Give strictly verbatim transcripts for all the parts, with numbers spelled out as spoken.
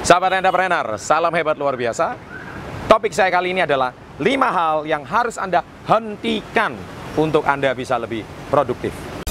Sahabat entrepreneur, salam hebat luar biasa. Topik saya kali ini adalah lima hal yang harus Anda hentikan untuk Anda bisa lebih produktif.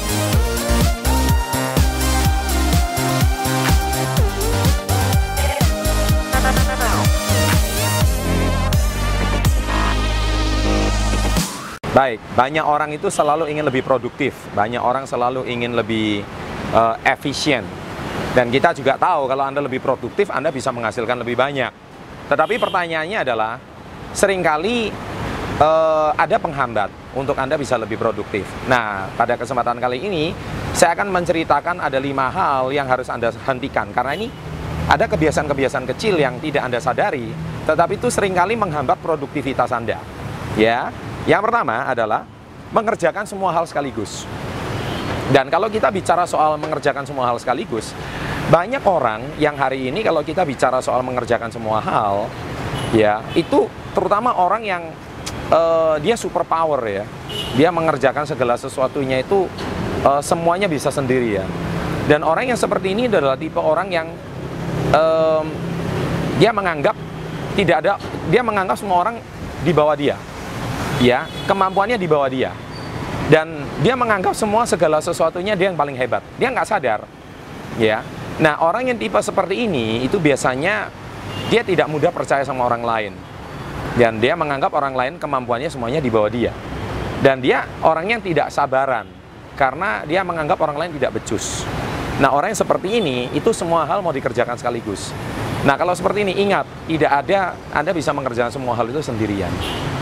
Baik, banyak orang itu selalu ingin lebih produktif. Banyak orang selalu ingin lebih uh, efisien. Dan kita juga tahu kalau Anda lebih produktif, Anda bisa menghasilkan lebih banyak. Tetapi pertanyaannya adalah, seringkali uh, ada penghambat untuk Anda bisa lebih produktif. Nah, pada kesempatan kali ini, saya akan menceritakan ada lima hal yang harus Anda hentikan. Karena ini ada kebiasaan-kebiasaan kecil yang tidak Anda sadari, tetapi itu seringkali menghambat produktivitas Anda. Ya, yang pertama adalah mengerjakan semua hal sekaligus. Dan kalau kita bicara soal mengerjakan semua hal sekaligus, banyak orang yang hari ini kalau kita bicara soal mengerjakan semua hal, ya itu terutama orang yang uh, dia super power ya, dia mengerjakan segala sesuatunya itu uh, semuanya bisa sendiri ya. Dan orang yang seperti ini adalah tipe orang yang um, dia menganggap tidak ada, dia menganggap semua orang di bawah dia, ya kemampuannya di bawah dia. Dan dia menganggap semua segala sesuatunya dia yang paling hebat. Dia nggak sadar, ya. Nah, orang yang tipe seperti ini itu biasanya dia tidak mudah percaya sama orang lain. Dan dia menganggap orang lain kemampuannya semuanya di bawah dia. Dan dia orang yang tidak sabaran karena dia menganggap orang lain tidak becus. Nah, orang yang seperti ini itu semua hal mau dikerjakan sekaligus. Nah, kalau seperti ini ingat, tidak ada Anda bisa mengerjakan semua hal itu sendirian.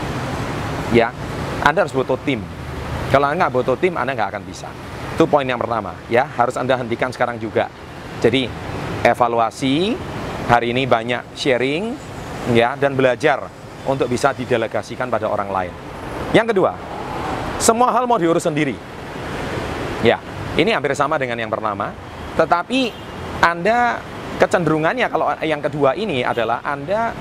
Ya, Anda harus butuh tim. Kalau Anda nggak butuh tim, Anda nggak akan bisa. Itu poin yang pertama, ya. Harus Anda hentikan sekarang juga. Jadi, evaluasi, hari ini banyak sharing, ya, dan belajar untuk bisa didelegasikan pada orang lain. Yang kedua, semua hal mau diurus sendiri. Ya, ini hampir sama dengan yang pertama. Tetapi, Anda kecenderungannya kalau yang kedua ini adalah Anda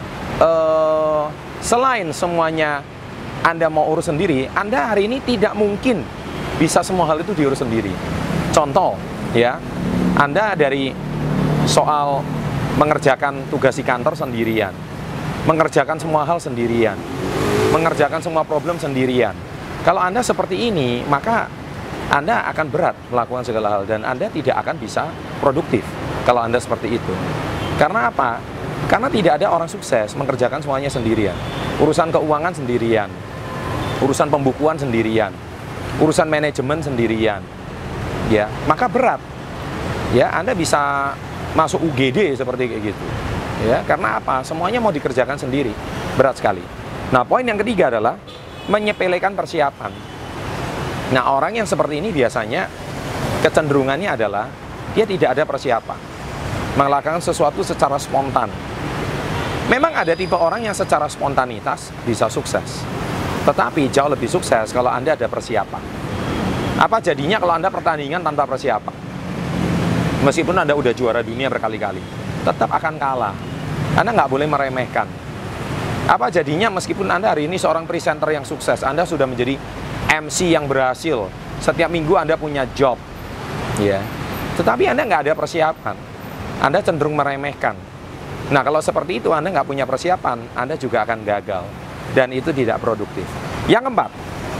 eh, selain semuanya Anda mau urus sendiri, Anda hari ini tidak mungkin bisa semua hal itu diurus sendiri. Contoh, ya, Anda dari soal mengerjakan tugas di kantor sendirian, mengerjakan semua hal sendirian, mengerjakan semua problem sendirian. Kalau Anda seperti ini, maka Anda akan berat melakukan segala hal dan Anda tidak akan bisa produktif kalau Anda seperti itu. Karena apa? Karena tidak ada orang sukses mengerjakan semuanya sendirian. Urusan keuangan sendirian, urusan pembukuan sendirian, urusan manajemen sendirian, ya, maka berat. Ya, Anda bisa masuk U G D seperti kayak gitu. Ya, karena apa? Semuanya mau dikerjakan sendiri, berat sekali. Nah, poin yang ketiga adalah menyepelekan persiapan. Nah, orang yang seperti ini biasanya kecenderungannya adalah dia tidak ada persiapan, melakukan sesuatu secara spontan. Memang ada tipe orang yang secara spontanitas bisa sukses, tetapi jauh lebih sukses kalau Anda ada persiapan. Apa jadinya kalau Anda pertandingan tanpa persiapan? Meskipun Anda udah juara dunia berkali-kali, tetap akan kalah. Anda nggak boleh meremehkan. Apa jadinya meskipun Anda hari ini seorang presenter yang sukses, Anda sudah menjadi M C yang berhasil, setiap minggu Anda punya job, ya, tetapi Anda nggak ada persiapan, Anda cenderung meremehkan. Nah, kalau seperti itu Anda nggak punya persiapan, Anda juga akan gagal. Dan itu tidak produktif. Yang keempat,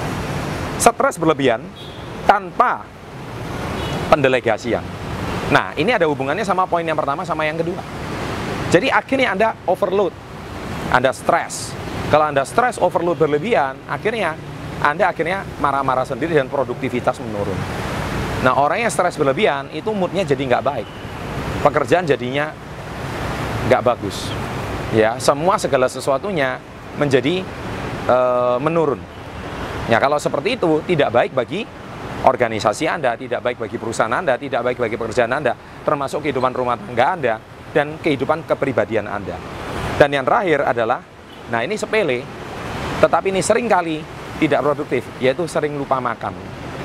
stres berlebihan tanpa pendelegasian. Nah, ini ada hubungannya sama poin yang pertama sama yang kedua. Jadi akhirnya Anda overload, Anda stres. Kalau Anda stres overload berlebihan, akhirnya Anda akhirnya marah-marah sendiri dan produktivitas menurun. Nah, orang yang stres berlebihan itu moodnya jadi nggak baik. Pekerjaan jadinya nggak bagus. Ya, semua segala sesuatunya menjadi e, menurun. Ya, kalau seperti itu tidak baik bagi organisasi Anda, tidak baik bagi perusahaan Anda, tidak baik bagi pekerjaan Anda, termasuk kehidupan rumah tangga Anda dan kehidupan kepribadian Anda. Dan yang terakhir adalah, nah ini sepele, tetapi ini sering kali tidak produktif, yaitu sering lupa makan.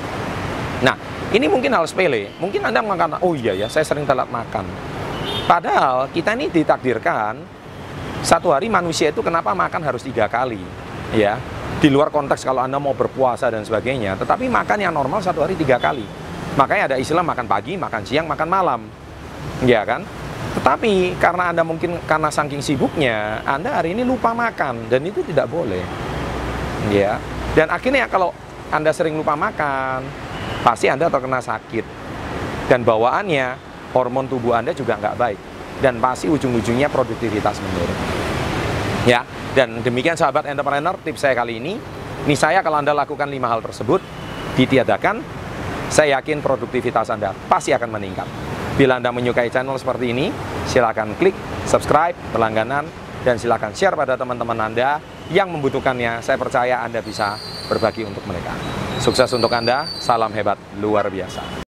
Nah, ini mungkin hal sepele, mungkin Anda mengatakan, oh iya ya, saya sering telat makan. Padahal kita ini ditakdirkan satu hari manusia itu kenapa makan harus tiga kali, ya. Di luar konteks kalau Anda mau berpuasa dan sebagainya, tetapi makan yang normal satu hari tiga kali. Makanya ada istilah makan pagi, makan siang, makan malam, ya kan? Tetapi karena Anda mungkin karena saking sibuknya, Anda hari ini lupa makan, dan itu tidak boleh. Ya. Dan akhirnya kalau Anda sering lupa makan, pasti Anda terkena sakit. Dan bawaannya, hormon tubuh Anda juga nggak baik. Dan pasti ujung-ujungnya produktivitas menurun. Ya. Dan demikian sahabat entrepreneur, tips saya kali ini. Ini saya kalau Anda lakukan lima hal tersebut, ditiadakan, saya yakin produktivitas Anda pasti akan meningkat. Bila Anda menyukai channel seperti ini, silakan klik subscribe, berlangganan, dan silakan share pada teman-teman Anda yang membutuhkannya. Saya percaya Anda bisa berbagi untuk mereka. Sukses untuk Anda, salam hebat luar biasa.